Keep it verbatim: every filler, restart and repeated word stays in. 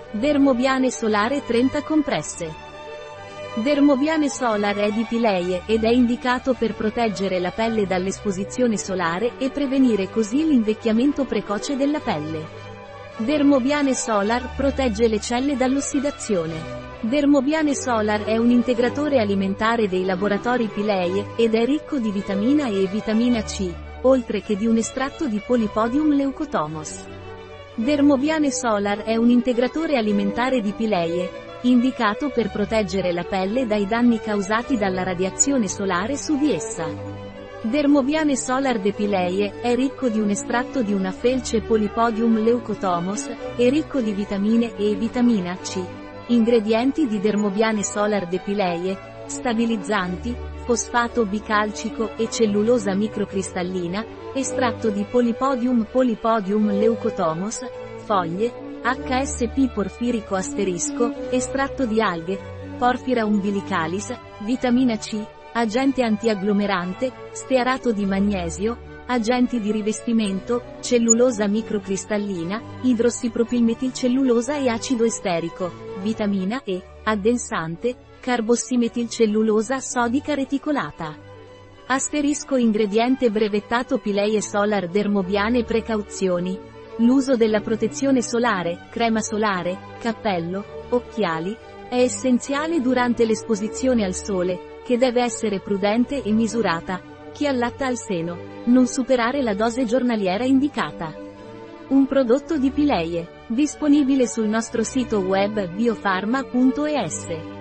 Dermobiane Solare trenta compresse. Dermobiane Solar è di Pileie ed è indicato per proteggere la pelle dall'esposizione solare e prevenire così l'invecchiamento precoce della pelle. Dermobiane Solar protegge le celle dall'ossidazione. Dermobiane Solar è un integratore alimentare dei laboratori Pileie ed è ricco di vitamina E e vitamina C, oltre che di un estratto di Polypodium leucotomos. Dermobiane Solar è un integratore alimentare di Pileie, indicato per proteggere la pelle dai danni causati dalla radiazione solare su di essa. Dermobiane Solar de Pileie è ricco di un estratto di una felce Polypodium leucotomos, e ricco di vitamine E e vitamina C. Ingredienti di Dermobiane Solar de Pileie: stabilizzanti, fosfato bicalcico e cellulosa microcristallina, estratto di Polypodium Polypodium leucotomos, foglie, H S P porfirico asterisco, estratto di alghe, Porphyra umbilicalis, vitamina C, agente antiagglomerante, stearato di magnesio, agenti di rivestimento, cellulosa microcristallina, idrossipropilmetilcellulosa e acido esterico, vitamina E, addensante, carbossimetilcellulosa sodica reticolata. Asterisco ingrediente brevettato Pileie Solar Dermobiane. Precauzioni. L'uso della protezione solare, crema solare, cappello, occhiali, è essenziale durante l'esposizione al sole, che deve essere prudente e misurata. Chi allatta al seno, non superare la dose giornaliera indicata. Un prodotto di Pileie, disponibile sul nostro sito web biofarma punto es.